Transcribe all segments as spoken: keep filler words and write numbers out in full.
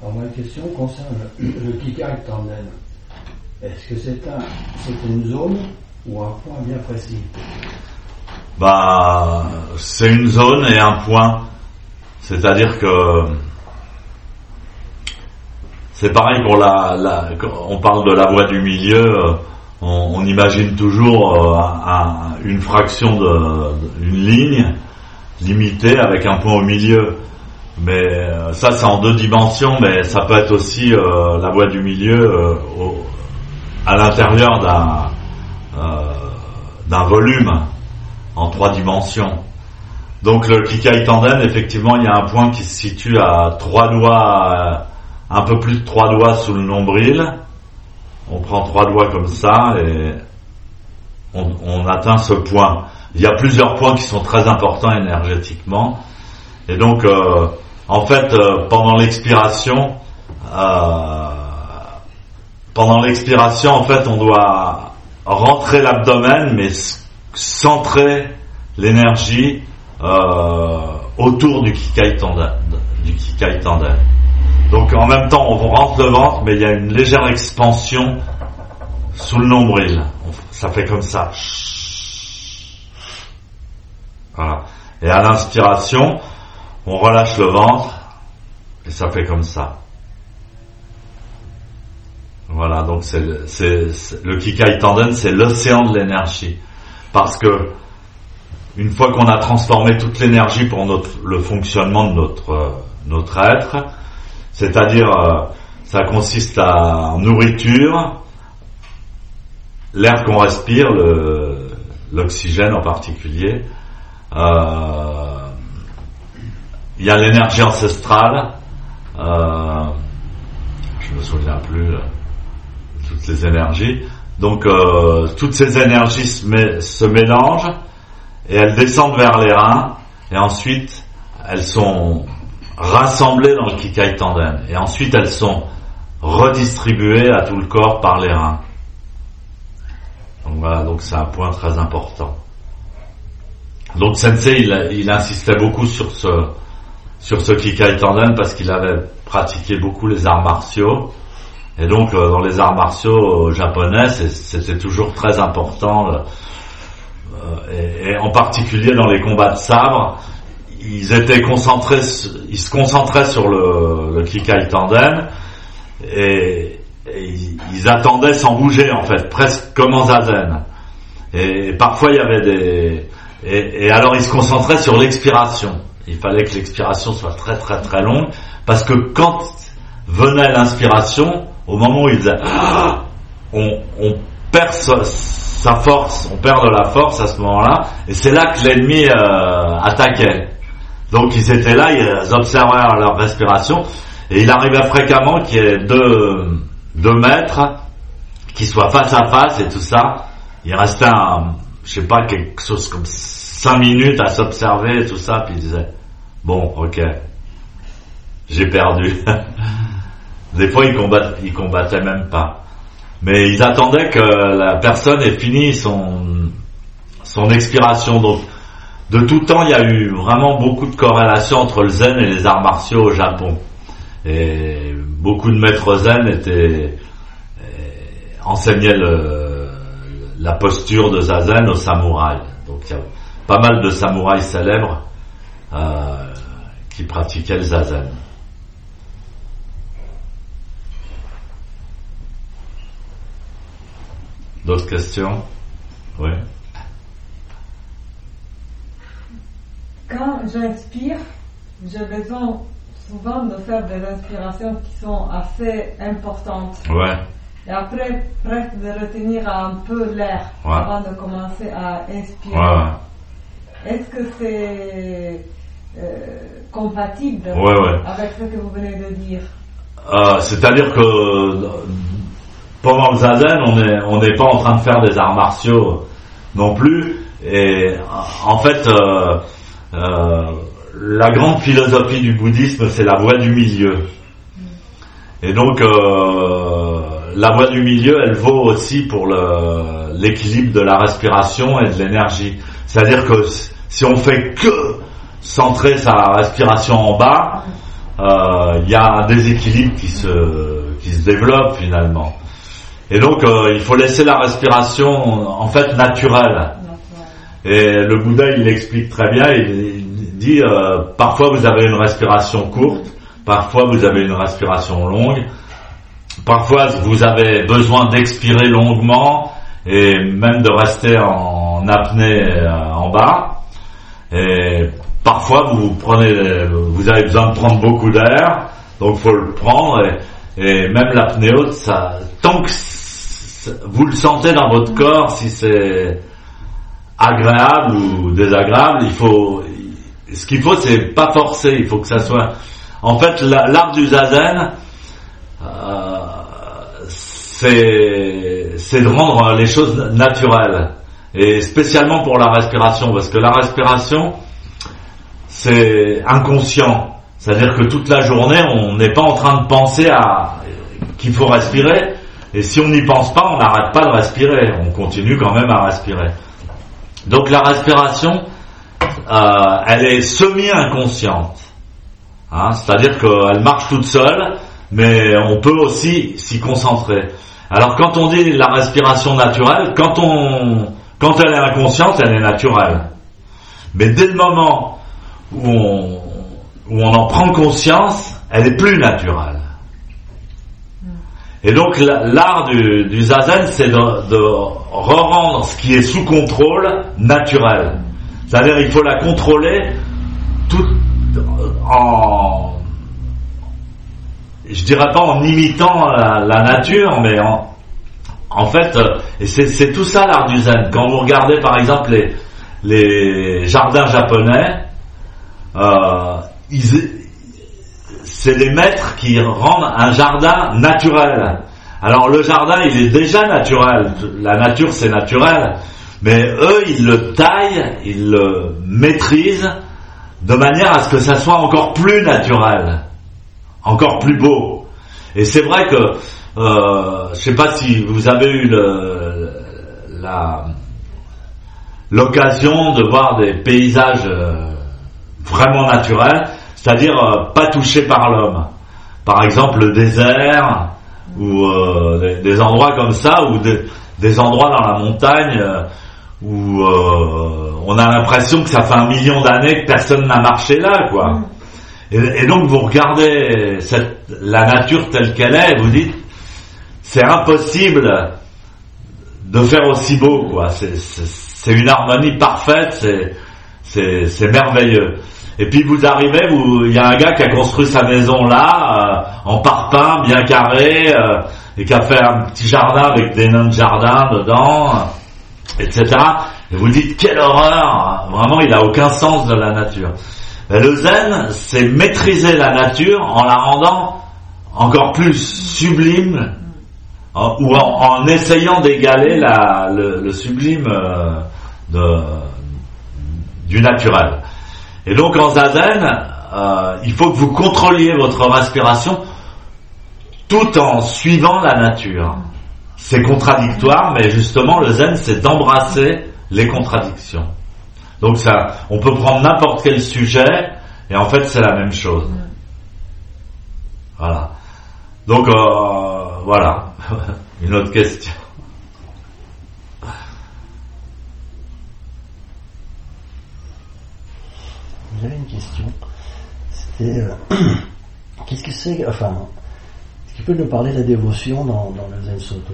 Alors, ma question concerne le, le Kikai Tanden. Est-ce que c'est, un, c'est une zone ou un point bien précis? Bah, c'est une zone et un point. C'est-à-dire que c'est pareil pour la, la on parle de la voie du milieu, on, on imagine toujours un, un, une fraction de, une ligne limitée avec un point au milieu. Mais ça, c'est en deux dimensions, mais ça peut être aussi euh, la voie du milieu euh, au, à l'intérieur d'un euh, d'un volume en trois dimensions. Donc le Kikai Tanden, effectivement, il y a un point qui se situe à trois doigts, un peu plus de trois doigts sous le nombril. On prend trois doigts comme ça et on, on atteint ce point. Il y a plusieurs points qui sont très importants énergétiquement. Et donc, euh, en fait, euh, pendant l'expiration, euh, pendant l'expiration, en fait, on doit rentrer l'abdomen, mais centrer l'énergie euh, autour du Kikai Tanden, du Kikai Tanden. Donc, en même temps, on rentre le ventre, mais il y a une légère expansion sous le nombril. Ça fait comme ça. Voilà. Et à l'inspiration, on relâche le ventre et ça fait comme ça. Voilà, donc c'est, c'est, c'est le Kikai Tanden, c'est l'océan de l'énergie. Parce que une fois qu'on a transformé toute l'énergie pour notre, le fonctionnement de notre, euh, notre être, c'est-à-dire euh, ça consiste à en nourriture, l'air qu'on respire, le, l'oxygène en particulier, euh, il y a l'énergie ancestrale, euh, je me souviens plus de toutes les énergies. Donc euh, toutes ces énergies se, met, se mélangent et elles descendent vers les reins et ensuite elles sont rassemblées dans le Kikai Tanden et ensuite elles sont redistribuées à tout le corps par les reins. Donc voilà, donc c'est un point très important. Donc Sensei il, il insistait beaucoup sur ce sur ce Kikai Tanden parce qu'il avait pratiqué beaucoup les arts martiaux. Et donc, euh, dans les arts martiaux euh, japonais, c'est, c'était toujours très important, euh, et, et en particulier dans les combats de sabre, ils étaient concentrés, ils se concentraient sur le, le Kikai Tanden, et, et ils, ils attendaient sans bouger, en fait, presque comme en zazen. Et, et parfois, il y avait des, et, et alors ils se concentraient sur l'expiration. Il fallait que l'expiration soit très très très longue, parce que quand venait l'inspiration, au moment où il faisait, on, on perd sa, sa force, on perd de la force à ce moment-là, et c'est là que l'ennemi euh, attaquait. Donc ils étaient là, ils observaient leur respiration, et il arrivait fréquemment qu'il y ait deux, deux maîtres qui soient face à face et tout ça. Il restait, un, je sais pas, quelque chose comme cinq minutes à s'observer et tout ça, puis ils disaient, bon, ok, j'ai perdu. Des fois, ils combattaient, ils combattaient même pas. Mais ils attendaient que la personne ait fini son, son expiration. Donc, de tout temps, il y a eu vraiment beaucoup de corrélations entre le zen et les arts martiaux au Japon. Et beaucoup de maîtres zen étaient, enseignaient le, la posture de zazen aux samouraïs. Donc, il y a pas mal de samouraïs célèbres, euh, qui pratiquaient le zazen. D'autres questions? Oui. Quand j'inspire, j'ai besoin souvent de faire des inspirations qui sont assez importantes. Ouais. Et après, presque de retenir un peu l'air, ouais, avant de commencer à inspirer. Ouais, ouais. Est-ce que c'est euh, compatible, ouais, ouais, avec ce que vous venez de dire? euh, C'est-à-dire que pendant le zazen, on n'est on n'est pas en train de faire des arts martiaux non plus. Et en fait, euh, euh, la grande philosophie du bouddhisme, c'est la voie du milieu. Et donc, euh, la voie du milieu, elle vaut aussi pour le, l'équilibre de la respiration et de l'énergie. C'est-à-dire que si on fait que centrer sa respiration en bas, euh, il y a un déséquilibre qui se qui se développe finalement. Et donc euh, il faut laisser la respiration en fait naturelle. Et le Bouddha il l'explique très bien, il, il dit euh, parfois vous avez une respiration courte, parfois vous avez une respiration longue, parfois vous avez besoin d'expirer longuement et même de rester en apnée euh, en bas. Et parfois vous prenez, vous avez besoin de prendre beaucoup d'air, donc faut le prendre. Et, et même l'apnée haute, ça, tant que vous le sentez dans votre corps, si c'est agréable ou désagréable, il faut, ce qu'il faut, c'est pas forcer, il faut que ça soit. En fait, l'art du zazen, euh, c'est, c'est de rendre les choses naturelles, et spécialement pour la respiration, parce que la respiration, c'est inconscient, c'est-à-dire que toute la journée, on n'est pas en train de penser à qu'il faut respirer. Et si on n'y pense pas, on n'arrête pas de respirer, on continue quand même à respirer. Donc la respiration, euh, elle est semi-inconsciente, hein, c'est-à-dire qu'elle marche toute seule, mais on peut aussi s'y concentrer. Alors quand on dit la respiration naturelle, quand on, quand elle est inconsciente, elle est naturelle. Mais dès le moment où on, où on en prend conscience, elle est plus naturelle. Et donc l'art du, du zazen, c'est de, de re-rendre ce qui est sous contrôle naturel. C'est-à-dire il faut la contrôler tout en, je dirais pas en imitant la, la nature, mais en, en fait, et c'est, c'est tout ça l'art du zen. Quand vous regardez par exemple les, les jardins japonais, euh, ils, c'est les maîtres qui rendent un jardin naturel. Alors le jardin, il est déjà naturel. La nature, c'est naturel. Mais eux, ils le taillent, ils le maîtrisent de manière à ce que ça soit encore plus naturel, encore plus beau. Et c'est vrai que, euh, je sais pas si vous avez eu le, la, l'occasion de voir des paysages vraiment naturels. C'est-à-dire euh, pas touché par l'homme. Par exemple le désert ou euh, des, des endroits comme ça, ou des, des endroits dans la montagne euh, où euh, on a l'impression que ça fait un million d'années que personne n'a marché là, quoi. Et, et donc vous regardez cette, la nature telle qu'elle est, et vous dites c'est impossible de faire aussi beau, quoi. C'est, c'est, c'est une harmonie parfaite, c'est, c'est, c'est merveilleux. Et puis vous arrivez, vous, il y a un gars qui a construit sa maison là, euh, en parpaing, bien carré, euh, et qui a fait un petit jardin avec des nains de jardin dedans, euh, et cetera. Et vous dites quelle horreur, vraiment il a aucun sens de la nature. Mais le zen, c'est maîtriser la nature en la rendant encore plus sublime, en, ou en, en essayant d'égaler la, le, le sublime euh, de, du naturel. Et donc en zazen, euh, il faut que vous contrôliez votre respiration tout en suivant la nature. C'est contradictoire, mais justement le zen, c'est d'embrasser les contradictions. Donc ça, on peut prendre n'importe quel sujet, et en fait c'est la même chose. Voilà. Donc euh, voilà, une autre question. J'avais une question. C'était euh, qu'est-ce que c'est, enfin, est-ce qu'il peut nous parler de la dévotion dans, dans le Zen Soto?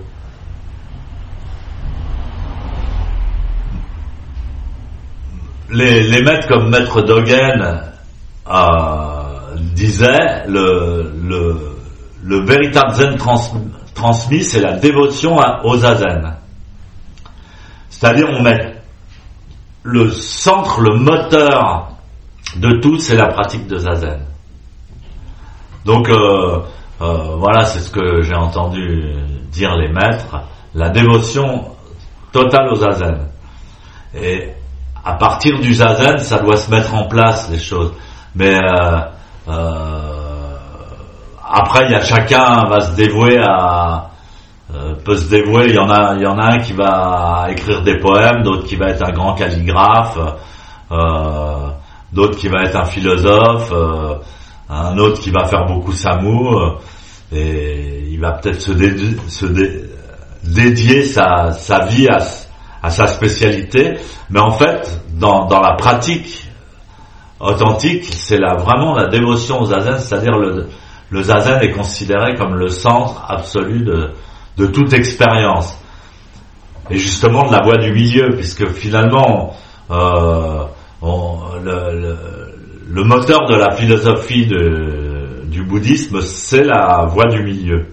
Les, les maîtres comme Maître Dogen euh, disaient le, le, le véritable Zen trans, transmis, c'est la dévotion à, au Zazen. C'est-à-dire on met le centre, le moteur de tout, c'est la pratique de Zazen. Donc euh, euh, voilà, c'est ce que j'ai entendu dire les maîtres, la dévotion totale au Zazen. Et à partir du Zazen, ça doit se mettre en place les choses. Mais euh, euh, après, il y a chacun va se dévouer à euh, peut se dévouer. Il y en a, il y en a un qui va écrire des poèmes, d'autres qui va être un grand calligraphe. Euh, d'autres qui va être un philosophe, euh, un autre qui va faire beaucoup Samu, euh, et il va peut-être se, dé- se dé- dédier sa, sa vie à, à sa spécialité, mais en fait, dans, dans la pratique authentique, c'est la, vraiment la dévotion au zazen, c'est-à-dire le, le zazen est considéré comme le centre absolu de, de toute expérience. Et justement de la voie du milieu, puisque finalement, euh, on, le, le, le moteur de la philosophie de, du bouddhisme, c'est la voie du milieu.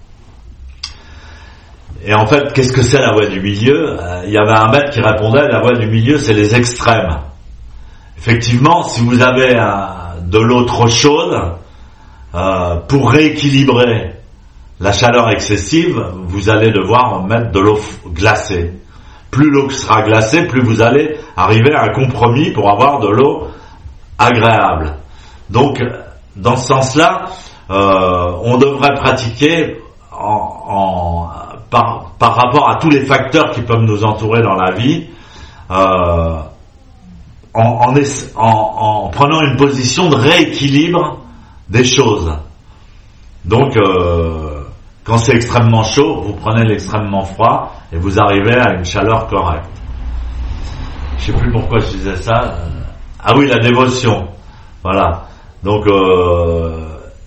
Et en fait, qu'est-ce que c'est la voie du milieu ? Il y avait un maître qui répondait, la voie du milieu, c'est les extrêmes. Effectivement, si vous avez un, de l'eau trop chaude, euh, pour rééquilibrer la chaleur excessive, vous allez devoir mettre de l'eau glacée. Plus l'eau sera glacée, plus vous allez arriver à un compromis pour avoir de l'eau agréable. Donc, dans ce sens-là, euh, on devrait pratiquer en, en, par, par rapport à tous les facteurs qui peuvent nous entourer dans la vie, euh, en, en, en, en prenant une position de rééquilibre des choses. Donc, euh, quand c'est extrêmement chaud, vous prenez l'extrêmement froid et vous arrivez à une chaleur correcte. Je sais plus pourquoi je disais ça. Ah oui, la dévotion. Voilà. Donc, euh,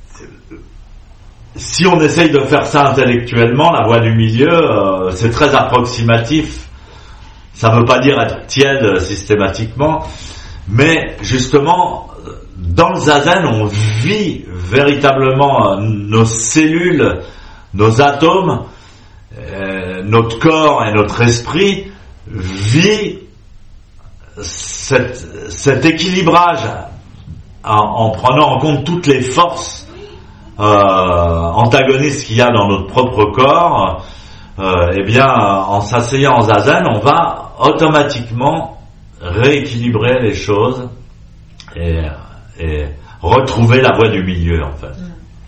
si on essaye de faire ça intellectuellement, la voie du milieu, euh, c'est très approximatif. Ça ne veut pas dire être tiède systématiquement, mais justement, dans le zazen, on vit véritablement nos cellules, nos atomes, euh, notre corps et notre esprit vit cette, cet équilibrage en, en prenant en compte toutes les forces euh, antagonistes qu'il y a dans notre propre corps. Euh, eh bien, en s'asseyant en zazen, on va automatiquement rééquilibrer les choses et, et retrouver la voie du milieu, en fait.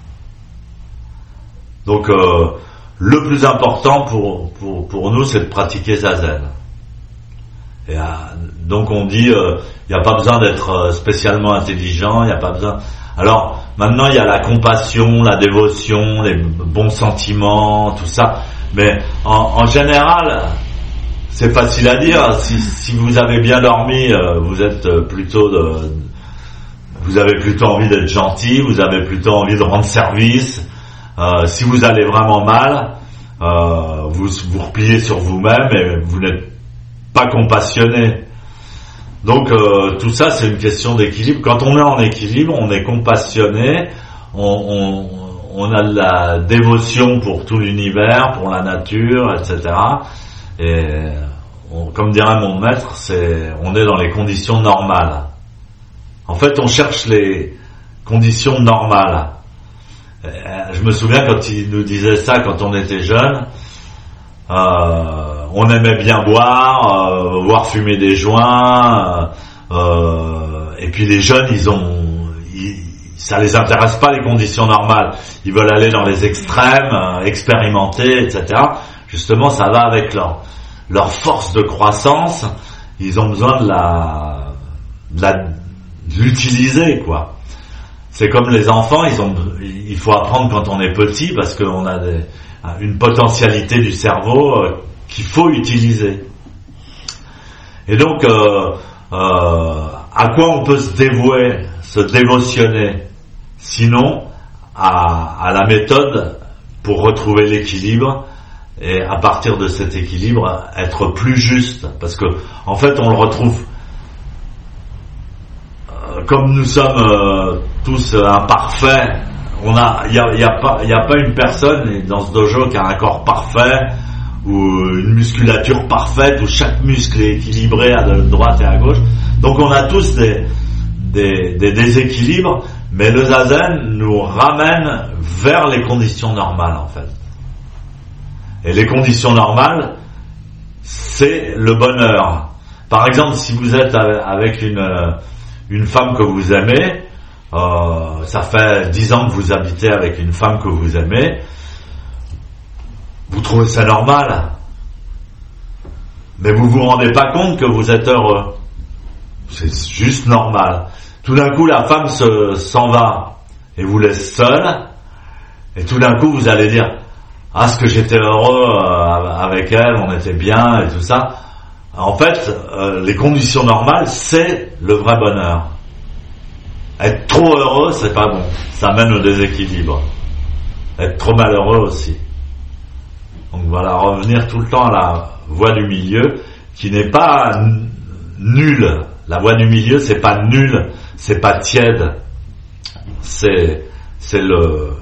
Donc, euh, le plus important pour, pour, pour nous, c'est de pratiquer zazen. Et, euh, donc, on dit, il euh, n'y a pas besoin d'être spécialement intelligent, il n'y a pas besoin... Alors, maintenant, il y a la compassion, la dévotion, les bons sentiments, tout ça. Mais en, en général, c'est facile à dire. Si, si vous avez bien dormi, euh, vous êtes plutôt de... Vous avez plutôt envie d'être gentil, vous avez plutôt envie de rendre service. Euh, si vous allez vraiment mal, euh, vous vous repliez sur vous-même et vous n'êtes pas compassionné. Donc euh, tout ça, c'est une question d'équilibre. Quand on est en équilibre, on est compassionné, on, on, on a de la dévotion pour tout l'univers, pour la nature, et cetera. Et on, comme dirait mon maître, c'est on est dans les conditions normales. En fait, on cherche les conditions normales. Je me souviens quand il nous disait ça quand on était jeune, euh, on aimait bien boire, euh, voir fumer des joints, euh, et puis les jeunes, ils ont, ils, ça les intéresse pas les conditions normales. Ils veulent aller dans les extrêmes, euh, expérimenter, et cetera. Justement, ça va avec leur leur force de croissance. Ils ont besoin de la, de la, de l'utiliser, quoi. C'est comme les enfants, ils ont, il faut apprendre quand on est petit parce qu'on a des, une potentialité du cerveau euh, qu'il faut utiliser. Et donc, euh, euh, à quoi on peut se dévouer, se dévotionner, sinon à, à la méthode pour retrouver l'équilibre et à partir de cet équilibre être plus juste, parce que en fait on le retrouve. Comme nous sommes euh, tous euh, imparfaits, on a, il y a, y a pas, il y a pas une personne dans ce dojo qui a un corps parfait ou une musculature parfaite où chaque muscle est équilibré à droite et à gauche. Donc on a tous des, des, des déséquilibres, mais le zazen nous ramène vers les conditions normales en fait. Et les conditions normales, c'est le bonheur. Par exemple, si vous êtes avec une une femme que vous aimez, euh, ça fait dix ans que vous habitez avec une femme que vous aimez, vous trouvez ça normal, mais vous vous rendez pas compte que vous êtes heureux. C'est juste normal. Tout d'un coup, la femme se, s'en va. et vous laisse seul, et tout d'un coup vous allez dire ah ce que j'étais heureux euh, avec elle, on était bien et tout ça. En fait, euh, les conditions normales, c'est le vrai bonheur. Être trop heureux, c'est pas bon, ça mène au déséquilibre. Être trop malheureux aussi. Donc voilà, revenir tout le temps à la voie du milieu, qui n'est pas n- nulle. La voie du milieu, c'est pas nul, c'est pas tiède. C'est, c'est le,